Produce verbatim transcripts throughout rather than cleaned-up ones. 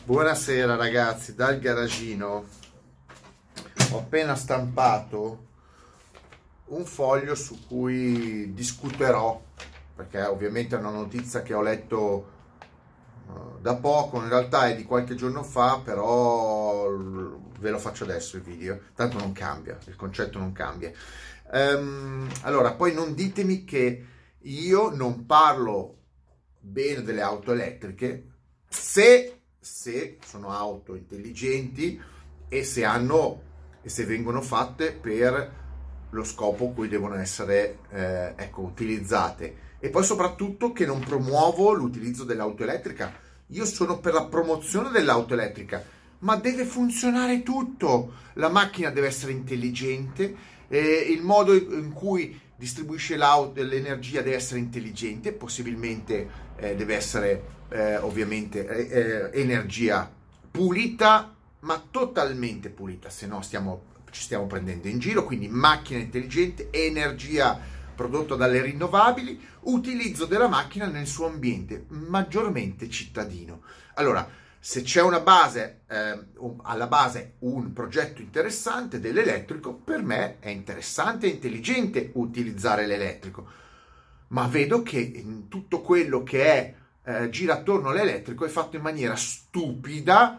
Buonasera ragazzi, dal garagino ho appena stampato un foglio su cui discuterò, perché ovviamente è una notizia che ho letto uh, da poco, in realtà è di qualche giorno fa, però ve lo faccio adesso il video, tanto non cambia, il concetto non cambia. Um, allora, poi non ditemi che io non parlo bene delle auto elettriche se se sono auto intelligenti e se hanno e se vengono fatte per lo scopo cui devono essere eh, ecco, utilizzate, e poi soprattutto che non promuovo l'utilizzo dell'auto elettrica. Io sono per la promozione dell'auto elettrica, ma deve funzionare tutto. La macchina deve essere intelligente, eh, il modo in cui distribuisce l'energia deve essere intelligente, possibilmente eh, deve essere eh, ovviamente eh, eh, energia pulita, ma totalmente pulita, se no stiamo, ci stiamo prendendo in giro. Quindi macchina intelligente, energia prodotta dalle rinnovabili, utilizzo della macchina nel suo ambiente maggiormente cittadino. Allora, se c'è una base, eh, alla base un progetto interessante dell'elettrico, per me è interessante e intelligente utilizzare l'elettrico, ma vedo che tutto quello che è eh, gira attorno all'elettrico è fatto in maniera stupida,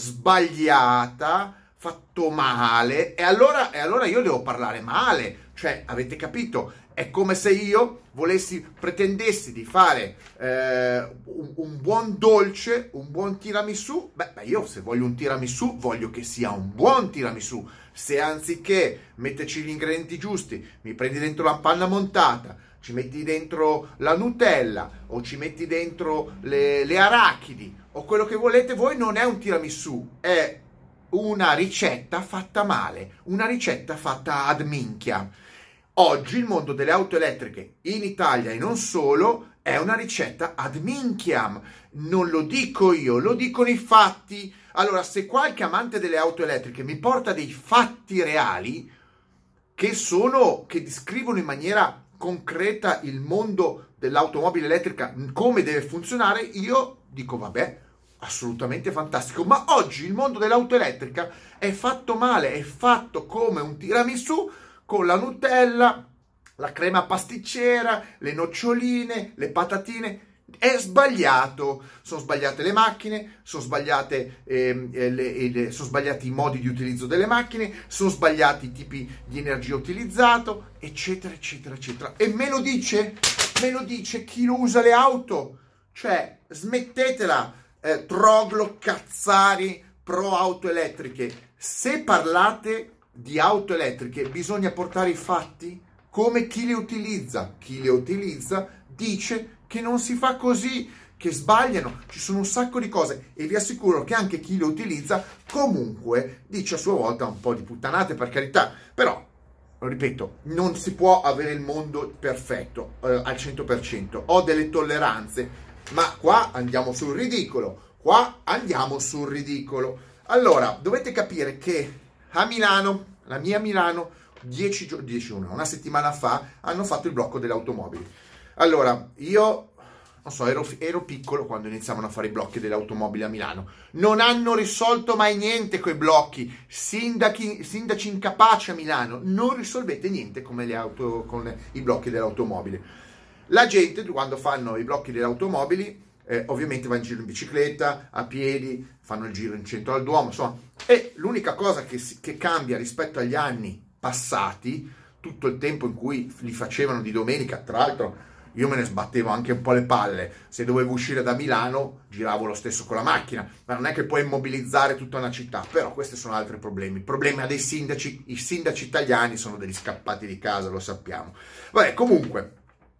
sbagliata, fatto male, e allora, e allora io devo parlare male. Cioè, avete capito? È come se io volessi, pretendessi di fare eh, un, un buon dolce, un buon tiramisù. Beh, beh, io se voglio un tiramisù, voglio che sia un buon tiramisù. Se anziché metterci gli ingredienti giusti, mi prendi dentro la panna montata, ci metti dentro la Nutella, o ci metti dentro le, le arachidi, o quello che volete voi, non è un tiramisù, è una ricetta fatta male, una ricetta fatta ad minchia. Oggi il mondo delle auto elettriche in Italia e non solo è una ricetta ad minchiam. Non lo dico io, lo dicono i fatti. Allora, se qualche amante delle auto elettriche mi porta dei fatti reali che sono, che descrivono in maniera concreta il mondo dell'automobile elettrica, come deve funzionare, io dico vabbè, assolutamente fantastico. Ma oggi il mondo dell'auto elettrica è fatto male, è fatto come un tiramisù, con la Nutella, la crema pasticcera, le noccioline, le patatine. È sbagliato. Sono sbagliate le macchine, sono sbagliate eh, le, le, sono sbagliati i modi di utilizzo delle macchine, sono sbagliati i tipi di energia utilizzato, eccetera, eccetera, eccetera. E me lo dice, me lo dice chi lo usa le auto. Cioè, smettetela, eh, troglo, cazzari, pro auto elettriche. Se parlate di auto elettriche bisogna portare i fatti, come chi le utilizza. Chi le utilizza dice che non si fa così, che sbagliano, ci sono un sacco di cose, e vi assicuro che anche chi le utilizza comunque dice a sua volta un po' di puttanate, per carità. Però, ripeto, non si può avere il mondo perfetto eh, al cento per cento. Ho delle tolleranze, ma qua andiamo sul ridicolo, qua andiamo sul ridicolo. Allora, dovete capire che a Milano, la mia Milano, dieci giorni, dieci, una, una settimana fa, hanno fatto il blocco delle automobili. Allora, io, non so, ero, ero piccolo quando iniziavano a fare i blocchi delle automobili a Milano. Non hanno risolto mai niente quei blocchi. Sindaci, sindaci incapaci a Milano, non risolvete niente come le auto, con i blocchi delle automobili. La gente, quando fanno i blocchi delle automobili, Eh, ovviamente va in giro in bicicletta, a piedi, fanno il giro in centro al Duomo, insomma. E l'unica cosa che, si, che cambia rispetto agli anni passati, tutto il tempo in cui li facevano di domenica, tra l'altro io me ne sbattevo anche un po' le palle, se dovevo uscire da Milano giravo lo stesso con la macchina, ma non è che puoi immobilizzare tutta una città. Però questi sono altri problemi, il problema dei sindaci. I sindaci italiani sono degli scappati di casa, lo sappiamo. Vabbè, comunque,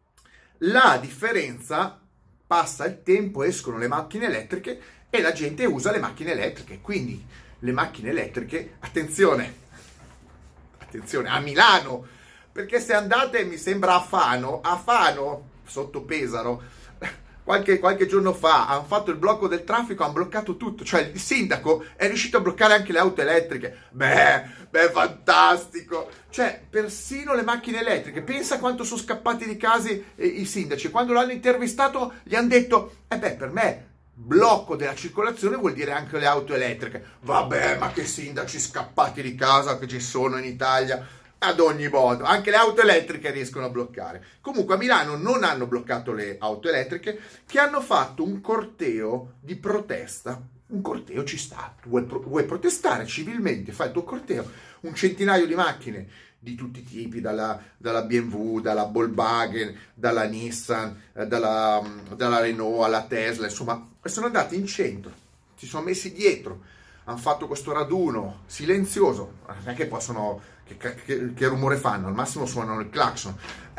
la differenza: passa il tempo, escono le macchine elettriche e la gente usa le macchine elettriche. Quindi le macchine elettriche, attenzione, attenzione, a Milano, perché se andate, mi sembra a Fano, a Fano, sotto Pesaro, qualche, qualche giorno fa hanno fatto il blocco del traffico, hanno bloccato tutto, cioè il sindaco è riuscito a bloccare anche le auto elettriche. Beh, beh, fantastico! Cioè, persino le macchine elettriche, pensa quanto sono scappati di casa eh, i sindaci. Quando l'hanno intervistato gli hanno detto, eh beh, per me blocco della circolazione vuol dire anche le auto elettriche. Vabbè, ma che sindaci scappati di casa che ci sono in Italia. Ad ogni modo, anche le auto elettriche riescono a bloccare. Comunque a Milano non hanno bloccato le auto elettriche, che hanno fatto un corteo di protesta. Un corteo ci sta, vuoi, vuoi protestare civilmente, fai il tuo corteo, un centinaio di macchine di tutti i tipi, dalla, dalla B M W, dalla Volkswagen, dalla Nissan, dalla, dalla Renault alla Tesla, insomma, sono andati in centro, si sono messi dietro, hanno fatto questo raduno silenzioso, non è che possono... Che, che, che rumore fanno? Al massimo suonano il clacson.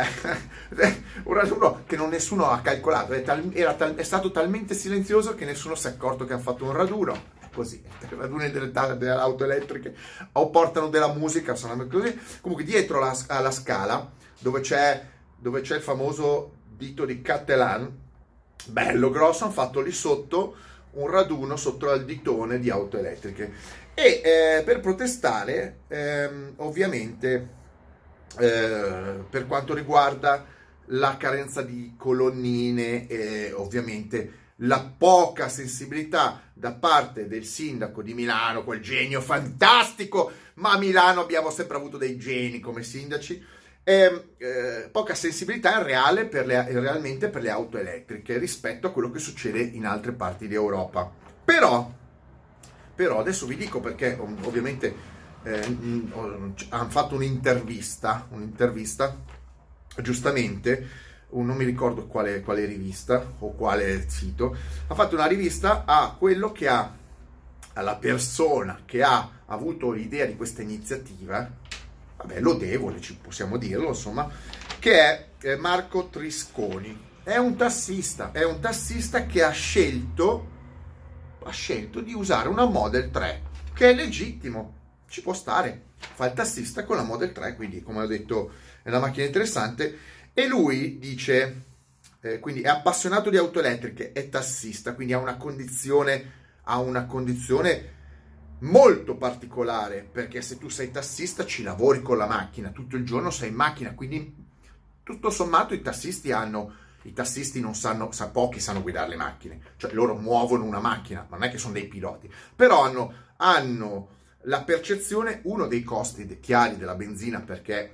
Un raduno che non nessuno ha calcolato, è, tal, era tal, è stato talmente silenzioso che nessuno si è accorto che hanno fatto un raduno. Così, i raduni delle, delle auto elettriche o portano della musica, sono così. Comunque dietro la, alla scala, dove c'è, dove c'è il famoso dito di Cattelan, bello grosso, hanno fatto lì sotto un raduno sotto al ditone di auto elettriche. E eh, per protestare, ehm, ovviamente, eh, per quanto riguarda la carenza di colonnine e ovviamente la poca sensibilità da parte del sindaco di Milano, quel genio fantastico, ma a Milano abbiamo sempre avuto dei geni come sindaci, eh, eh, poca sensibilità in reale per le, realmente per le auto elettriche rispetto a quello che succede in altre parti d'Europa. Però Però adesso vi dico perché ovviamente eh, hanno fatto un'intervista, un'intervista, giustamente, non mi ricordo quale, quale rivista o quale sito, ha fatto una rivista a quello che ha, alla persona che ha avuto l'idea di questa iniziativa, vabbè, lodevole, ci possiamo dirlo, insomma, che è Marco Trisconi. È un tassista, è un tassista che ha scelto... ha scelto di usare una Model tre, che è legittimo, ci può stare, fa il tassista con la Model tre, quindi come ho detto è una macchina interessante, e lui dice, eh, quindi è appassionato di auto elettriche, è tassista, quindi ha una condizione, ha una condizione molto particolare, perché se tu sei tassista ci lavori con la macchina, tutto il giorno sei in macchina, quindi tutto sommato i tassisti hanno... I tassisti non sanno, sa, pochi sanno guidare le macchine, cioè loro muovono una macchina, non è che sono dei piloti, però hanno, hanno la percezione, uno, dei costi chiari della benzina perché,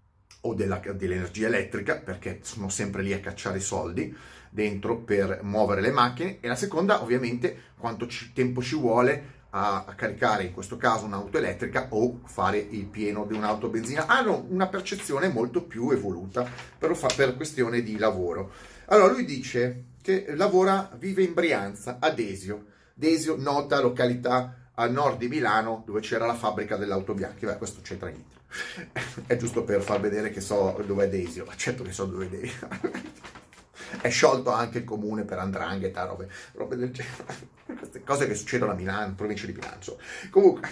o della, dell'energia elettrica, perché sono sempre lì a cacciare i soldi dentro per muovere le macchine, e la seconda ovviamente quanto ci, tempo ci vuole a, a caricare in questo caso un'auto elettrica o fare il pieno di un'auto benzina. Hanno una percezione molto più evoluta per, per questione di lavoro. Allora lui dice che lavora, vive in Brianza, a Desio. Desio, nota località a nord di Milano dove c'era la fabbrica dell'auto bianche. Beh, questo c'entra niente. È giusto per far vedere che so dove è Desio. Certo che so dove è Desio. È sciolto anche il comune per 'ndrangheta, robe, robe del genere. Queste cose che succedono a Milano, provincia di Milano. Comunque,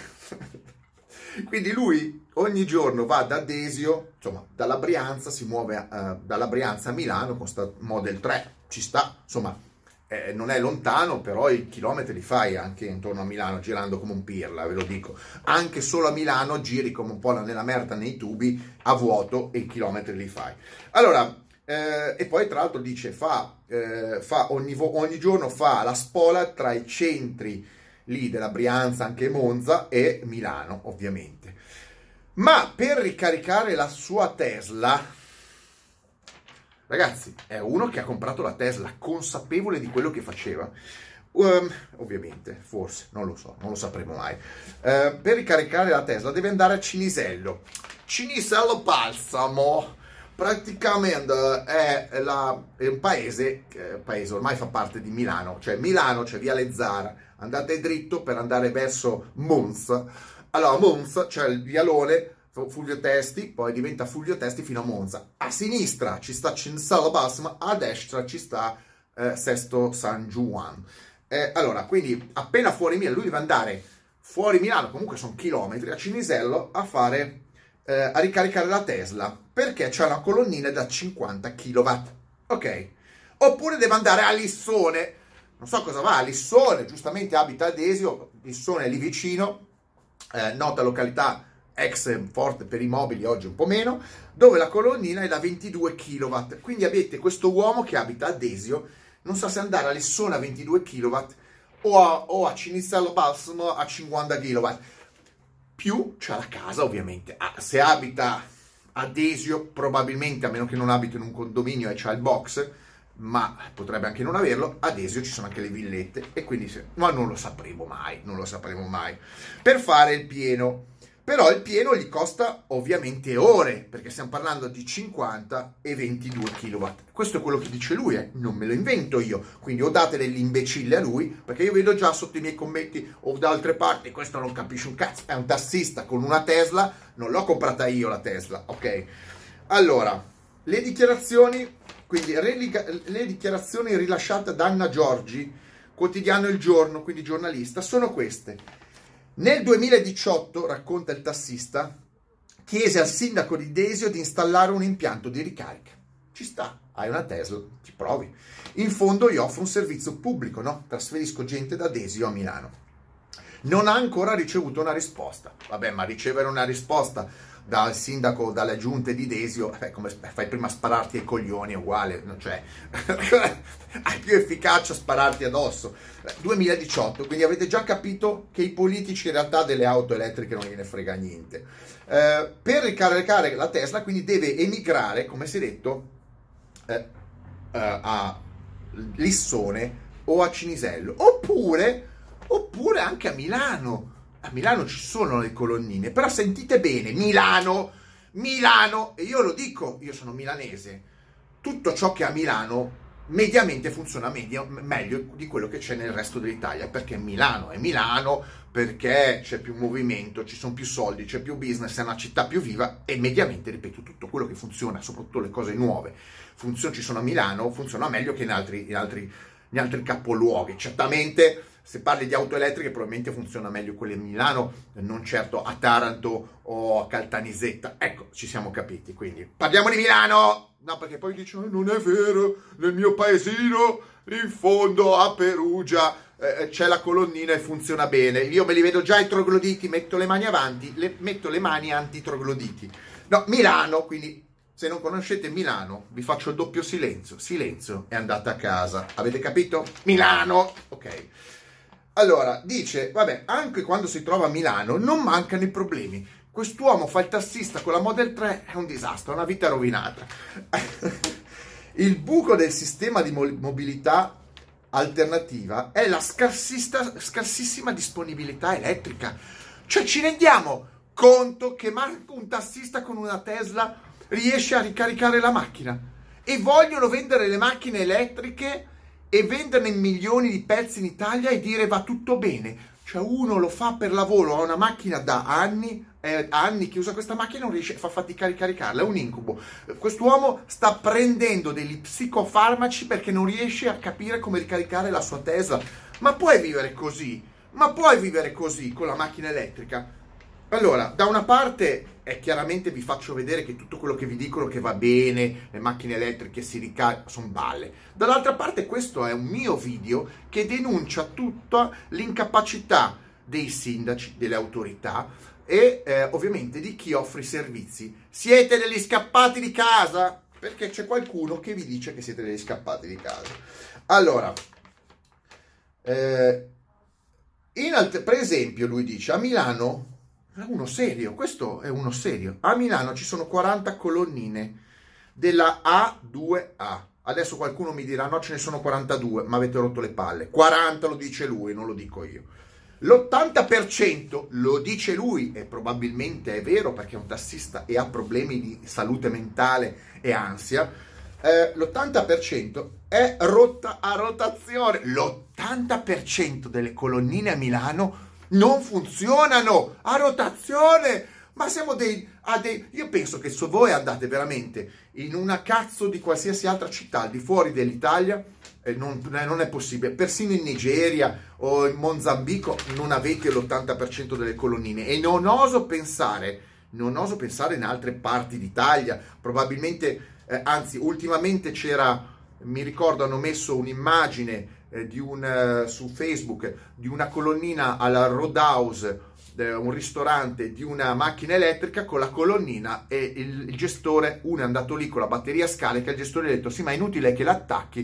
quindi lui ogni giorno va da Desio, insomma, dalla Brianza, si muove uh, dalla Brianza a Milano con sta Model tre, ci sta, insomma, eh, non è lontano, però i chilometri li fai anche intorno a Milano, girando come un pirla, ve lo dico. Anche solo a Milano giri come un po' nella merda nei tubi, a vuoto, e i chilometri li fai. Allora... Eh, e poi tra l'altro dice fa, eh, fa ogni, ogni giorno fa la spola tra i centri lì della Brianza, anche Monza, e Milano ovviamente, ma per ricaricare la sua Tesla, ragazzi, è uno che ha comprato la Tesla consapevole di quello che faceva, um, ovviamente, forse, non lo so, non lo sapremo mai. Uh, per ricaricare la Tesla deve andare a Cinisello Cinisello Balsamo. Praticamente è, la, è un paese, eh, paese ormai fa parte di Milano, cioè Milano, c'è via Lezzara, andate dritto per andare verso Monza. Allora Monza c'è il vialone Fulvio Testi, poi diventa Fulvio Testi fino a Monza. A sinistra ci sta Cinisello Balsamo, a destra ci sta eh, Sesto San Juan. Eh, allora, quindi appena fuori Milano, lui deve andare fuori Milano, comunque sono chilometri, a Cinisello a fare... Eh, a ricaricare la Tesla, perché c'è una colonnina da cinquanta chilowatt, ok? Oppure deve andare a Lissone, non so cosa va a Lissone, giustamente abita a Desio, Lissone è lì vicino, eh, nota località ex forte per i mobili, oggi un po' meno, dove la colonnina è da ventidue chilowatt, quindi avete questo uomo che abita a Desio, non sa se andare a Lissone a ventidue chilowatt o a, o a Cinisello Balsamo a cinquanta chilowatt. Più c'è la casa, ovviamente. Ah, se abita a Desio, probabilmente, a meno che non abiti in un condominio e c'ha il box, ma potrebbe anche non averlo, ad Desio ci sono anche le villette, e quindi se, ma non lo sapremo mai, non lo sapremo mai, per fare il pieno. Però il pieno gli costa ovviamente ore, perché stiamo parlando di cinquanta e ventidue chilowatt. Questo è quello che dice lui, eh? Non me lo invento io, quindi o date dell'imbecille a lui, perché io vedo già sotto i miei commenti o da altre parti, questo non capisce un cazzo, è un tassista con una Tesla, non l'ho comprata io la Tesla, ok? Allora, le dichiarazioni, quindi le dichiarazioni rilasciate da Anna Giorgi, quotidiano Il Giorno, quindi giornalista, sono queste. Nel duemiladiciotto, racconta il tassista, chiese al sindaco di Desio di installare un impianto di ricarica. Ci sta, hai una Tesla, ci provi. In fondo gli offro un servizio pubblico, no? Trasferisco gente da Desio a Milano. Non ha ancora ricevuto una risposta. Vabbè, ma ricevere una risposta dal sindaco, dalle giunte di Desio, eh, come fai prima a spararti ai coglioni, è uguale, cioè, è più efficace spararti addosso. duemiladiciotto, quindi avete già capito che i politici in realtà delle auto elettriche non gliene frega niente. Eh, per ricaricare la Tesla, quindi deve emigrare, come si è detto, eh, eh, a Lissone o a Cinisello, oppure, oppure anche a Milano. A Milano ci sono le colonnine, però sentite bene, Milano, Milano, e io lo dico, io sono milanese, tutto ciò che a Milano mediamente funziona meglio, meglio di quello che c'è nel resto dell'Italia, perché Milano è Milano, perché c'è più movimento, ci sono più soldi, c'è più business, è una città più viva, e mediamente, ripeto, tutto quello che funziona, soprattutto le cose nuove, funziona, ci sono a Milano, funziona meglio che in altri, in altri, in altri capoluoghi. Certamente, se parli di auto elettriche, probabilmente funziona meglio quelle a Milano, non certo a Taranto o a Caltanissetta. Ecco, ci siamo capiti, quindi parliamo di Milano! No, perché poi dicono, non è vero, nel mio paesino, in fondo a Perugia, eh, c'è la colonnina e funziona bene. Io me li vedo già i trogloditi, metto le mani avanti, le, metto le mani anti-trogloditi. No, Milano, quindi se non conoscete Milano, vi faccio il doppio silenzio. Silenzio, è andata a casa. Avete capito? Milano! Ok. Allora, dice, vabbè, anche quando si trova a Milano non mancano i problemi. Quest'uomo fa il tassista con la Model tre, è un disastro, è una vita rovinata. Il buco del sistema di mobilità alternativa è la scarsissima disponibilità elettrica. Cioè, ci rendiamo conto che manco un tassista con una Tesla riesce a ricaricare la macchina, e vogliono vendere le macchine elettriche e venderne milioni di pezzi in Italia e dire va tutto bene. Cioè, uno lo fa per lavoro, ha una macchina da anni, eh, anni che usa questa macchina e non riesce, fa fatica a ricaricarla, è un incubo. Quest'uomo sta prendendo degli psicofarmaci perché non riesce a capire come ricaricare la sua Tesla. Ma puoi vivere così? Ma puoi vivere così con la macchina elettrica? Allora, da una parte è chiaramente, vi faccio vedere che tutto quello che vi dicono che va bene, le macchine elettriche si ricaricano, sono balle. Dall'altra parte questo è un mio video che denuncia tutta l'incapacità dei sindaci, delle autorità e eh, ovviamente di chi offre i servizi. Siete degli scappati di casa? Perché c'è qualcuno che vi dice che siete degli scappati di casa. Allora, eh, in alt- per esempio lui dice, a Milano... È uno serio, questo è uno serio. A Milano ci sono quaranta colonnine della A due A. Adesso qualcuno mi dirà, no, ce ne sono quarantadue, ma avete rotto le palle. quaranta lo dice lui, non lo dico io. L'ottanta per cento lo dice lui, e probabilmente è vero perché è un tassista e ha problemi di salute mentale e ansia. Eh, l'ottanta per cento è rotta a rotazione. L'ottanta per cento delle colonnine a Milano non funzionano a rotazione, ma siamo dei, a dei... Io penso che se voi andate veramente in una cazzo di qualsiasi altra città al di fuori dell'Italia, eh, non, non è possibile, persino in Nigeria o in Mozambico non avete l'ottanta per cento delle colonnine, e non oso pensare, non oso pensare in altre parti d'Italia, probabilmente, eh, anzi ultimamente c'era, mi ricordo hanno messo un'immagine di un, uh, su Facebook di una colonnina alla Roadhouse, eh, un ristorante di una macchina elettrica con la colonnina, e il, il gestore, uno è andato lì con la batteria scarica, il gestore ha detto sì, ma è inutile che l'attacchi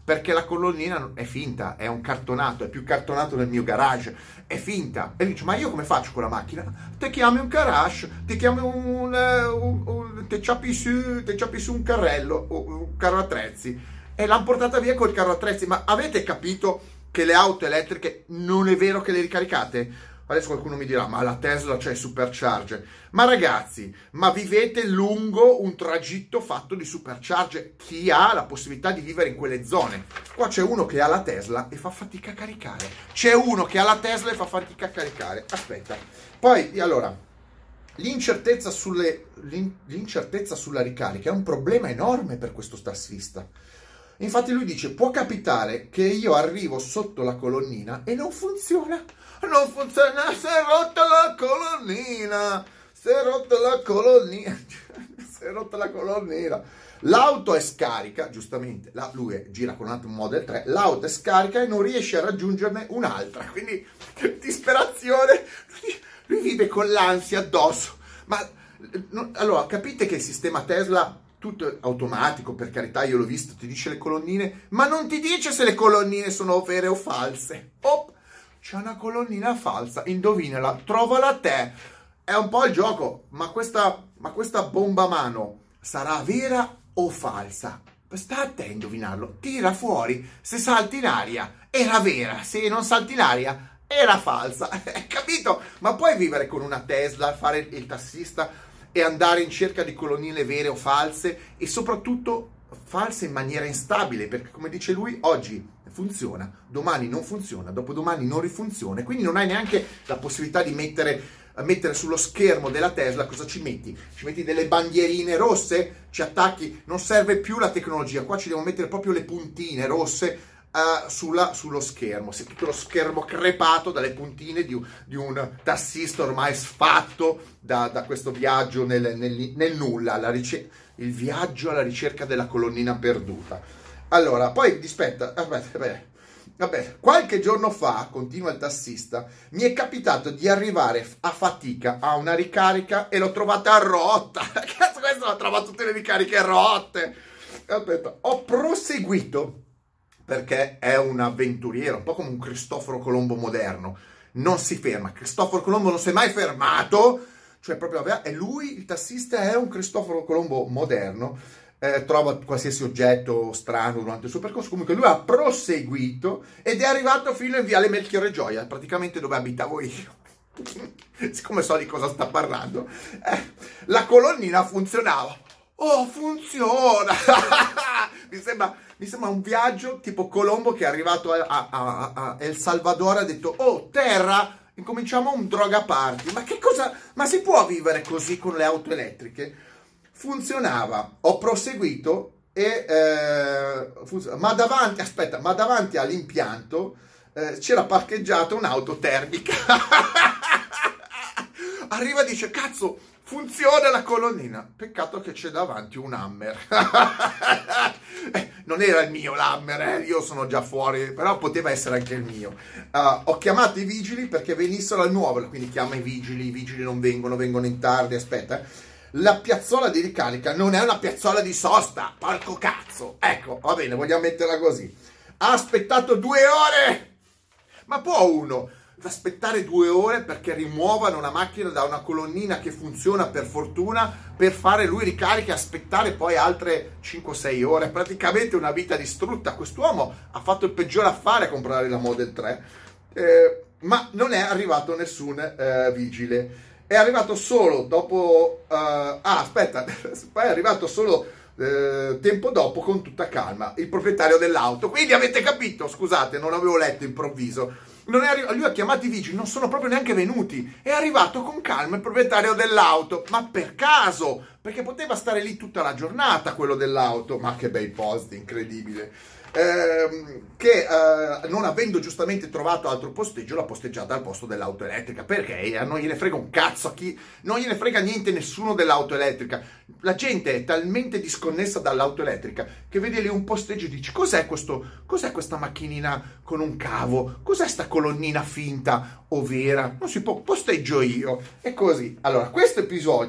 perché la colonnina è finta, è un cartonato, è più cartonato del mio garage, è finta. E dice, ma io come faccio con la macchina? Ti chiami un garage, ti chiami un, un, un ti ciappi su, ti ciappi su un carrello, un carro attrezzi, e l'hanno portata via col carro attrezzi. Ma avete capito che le auto elettriche non è vero che le ricaricate? Adesso qualcuno mi dirà, ma la Tesla c'è il supercharger. Ma ragazzi, ma vivete lungo un tragitto fatto di supercharger? Chi ha la possibilità di vivere in quelle zone? Qua c'è uno che ha la Tesla e fa fatica a caricare. C'è uno che ha la Tesla e fa fatica a caricare. Aspetta. Poi, allora, l'incertezza sulle, l'incertezza sulla ricarica è un problema enorme per questo tassista. Infatti lui dice, può capitare che io arrivo sotto la colonnina e non funziona. Non funziona, si è rotta la colonnina, si è rotta la colonnina, si è rotta la colonnina. L'auto è scarica, giustamente, la, lui è, gira con un altro Model tre, l'auto è scarica e non riesce a raggiungerne un'altra, quindi disperazione, lui, lui vive con l'ansia addosso. Ma no, allora, capite che il sistema Tesla, tutto automatico, per carità, io l'ho visto, ti dice le colonnine, ma non ti dice se le colonnine sono vere o false. Oh, c'è una colonnina falsa, indovinala, trovala te. È un po' il gioco, ma questa, ma questa bomba a mano sarà vera o falsa? Sta a te a indovinarlo, tira fuori, se salti in aria era vera, se non salti in aria era falsa. Capito? Ma puoi vivere con una Tesla, fare il tassista e andare in cerca di colonnine vere o false, e soprattutto false in maniera instabile, perché come dice lui, oggi funziona, domani non funziona, dopodomani non rifunziona, quindi non hai neanche la possibilità di mettere, mettere sullo schermo della Tesla. Cosa ci metti? Ci metti delle bandierine rosse, ci attacchi, non serve più la tecnologia, qua ci devo mettere proprio le puntine rosse uh, sulla, sullo schermo, se tutto lo schermo crepato dalle puntine di, di un tassista ormai sfatto da, da questo viaggio nel, nel, nel nulla, la rice- il viaggio alla ricerca della colonnina perduta. Allora, poi, aspetta, aspetta, vabbè, vabbè, qualche giorno fa, continua il tassista, mi è capitato di arrivare a fatica a una ricarica e l'ho trovata rotta. Cazzo, questo l'ho trovato tutte le ricariche rotte. Aspetta, ho proseguito, perché è un avventuriero, un po' come un Cristoforo Colombo moderno, non si ferma. Cristoforo Colombo non si è mai fermato, cioè proprio, e lui, il tassista, è un Cristoforo Colombo moderno. Eh, trova qualsiasi oggetto strano durante il suo percorso. Comunque lui ha proseguito ed è arrivato fino in viale Melchiorre Gioia, praticamente dove abitavo io. Siccome so di cosa sta parlando, eh, la colonnina funzionava. Oh, funziona! mi, sembra, mi sembra un viaggio tipo Colombo che è arrivato a, a, a, a El Salvador e ha detto, oh, terra, incominciamo un droga party. Ma che cosa? Ma si può vivere così con le auto elettriche? Funzionava, ho proseguito e eh, funziona. ma davanti, aspetta, ma davanti all'impianto eh, c'era parcheggiata un'auto termica. Arriva e dice, cazzo, funziona la colonnina. Peccato che c'è davanti un Hammer. eh, non era il mio l'Hammer, eh, io sono già fuori, però poteva essere anche il mio. Uh, ho chiamato i vigili perché venissero al nuovo, quindi chiama i vigili, i vigili non vengono, vengono in tardi, aspetta, eh. La piazzola di ricarica non è una piazzola di sosta, porco cazzo. Ecco, va bene, vogliamo metterla così. Ha aspettato due ore. Ma può uno aspettare due ore perché rimuovano una macchina da una colonnina che funziona per fortuna, per fare lui ricarica e aspettare poi altre cinque sei ore? Praticamente una vita distrutta. Quest'uomo ha fatto il peggior affare a comprare la Model tre, eh, ma non è arrivato nessun eh, vigile. È arrivato solo dopo, uh, ah aspetta, poi è arrivato solo uh, tempo dopo con tutta calma il proprietario dell'auto. Quindi avete capito, scusate, non avevo letto improvviso, non è arri- lui ha chiamato i vigili, non sono proprio neanche venuti, è arrivato con calma il proprietario dell'auto, ma per caso, perché poteva stare lì tutta la giornata quello dell'auto. Ma che bei posti, incredibile. Eh, che eh, non avendo giustamente trovato altro posteggio, l'ha posteggiata al posto dell'auto elettrica, perché non gliene frega un cazzo a chi, non gliene frega niente nessuno dell'auto elettrica. La gente è talmente disconnessa dall'auto elettrica che vede lì un posteggio e dice, cos'è questo, cos'è questa macchinina con un cavo, cos'è sta colonnina finta o vera, non si può, posteggio io, e così. Allora, questo episodio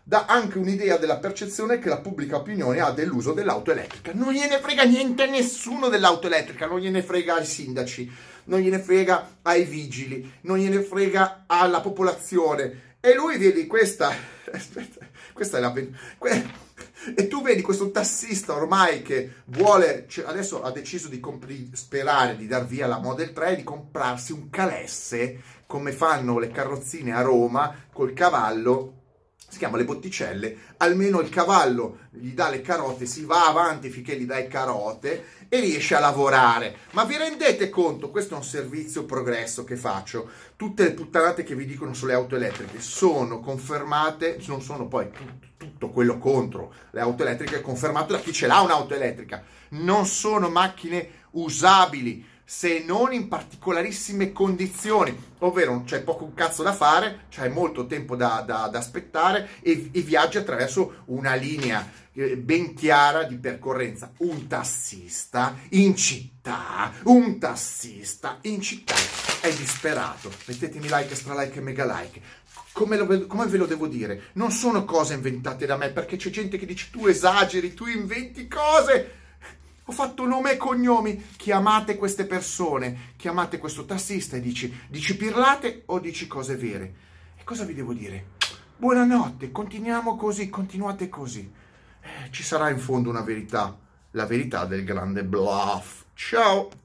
dà anche un'idea della percezione che la pubblica opinione ha dell'uso dell'auto elettrica. Non gliene frega niente a nessuno dell'auto elettrica, non gliene frega ai sindaci, non gliene frega ai vigili, non gliene frega alla popolazione. E lui, vedi, questa, aspetta, questa è la... Que, e tu vedi questo tassista ormai che vuole, cioè adesso ha deciso di compri, sperare di dar via la Model tre e di comprarsi un calesse, come fanno le carrozzine a Roma, col cavallo, si chiama le botticelle, almeno il cavallo gli dà le carote, si va avanti finché gli dai carote e riesce a lavorare. Ma vi rendete conto? Questo è un servizio progresso che faccio. Tutte le puttanate che vi dicono sulle auto elettriche sono confermate, non sono poi tutto, tutto quello contro le auto elettriche, è confermato da chi ce l'ha un'auto elettrica. Non sono macchine usabili, se non in particolarissime condizioni, ovvero c'è poco un cazzo da fare, c'è molto tempo da, da, da aspettare e, e viaggi attraverso una linea eh, ben chiara di percorrenza. Un tassista in città, un tassista in città è disperato. Mettetemi like, stra like e mega like. Come, lo, come ve lo devo dire? Non sono cose inventate da me, perché c'è gente che dice tu esageri, tu inventi cose. Ho fatto nome e cognomi, chiamate queste persone, chiamate questo tassista e dici, dici pirlate o dici cose vere? E cosa vi devo dire? Buonanotte, continuiamo così, continuate così. Eh, ci sarà in fondo una verità, la verità del grande bluff. Ciao!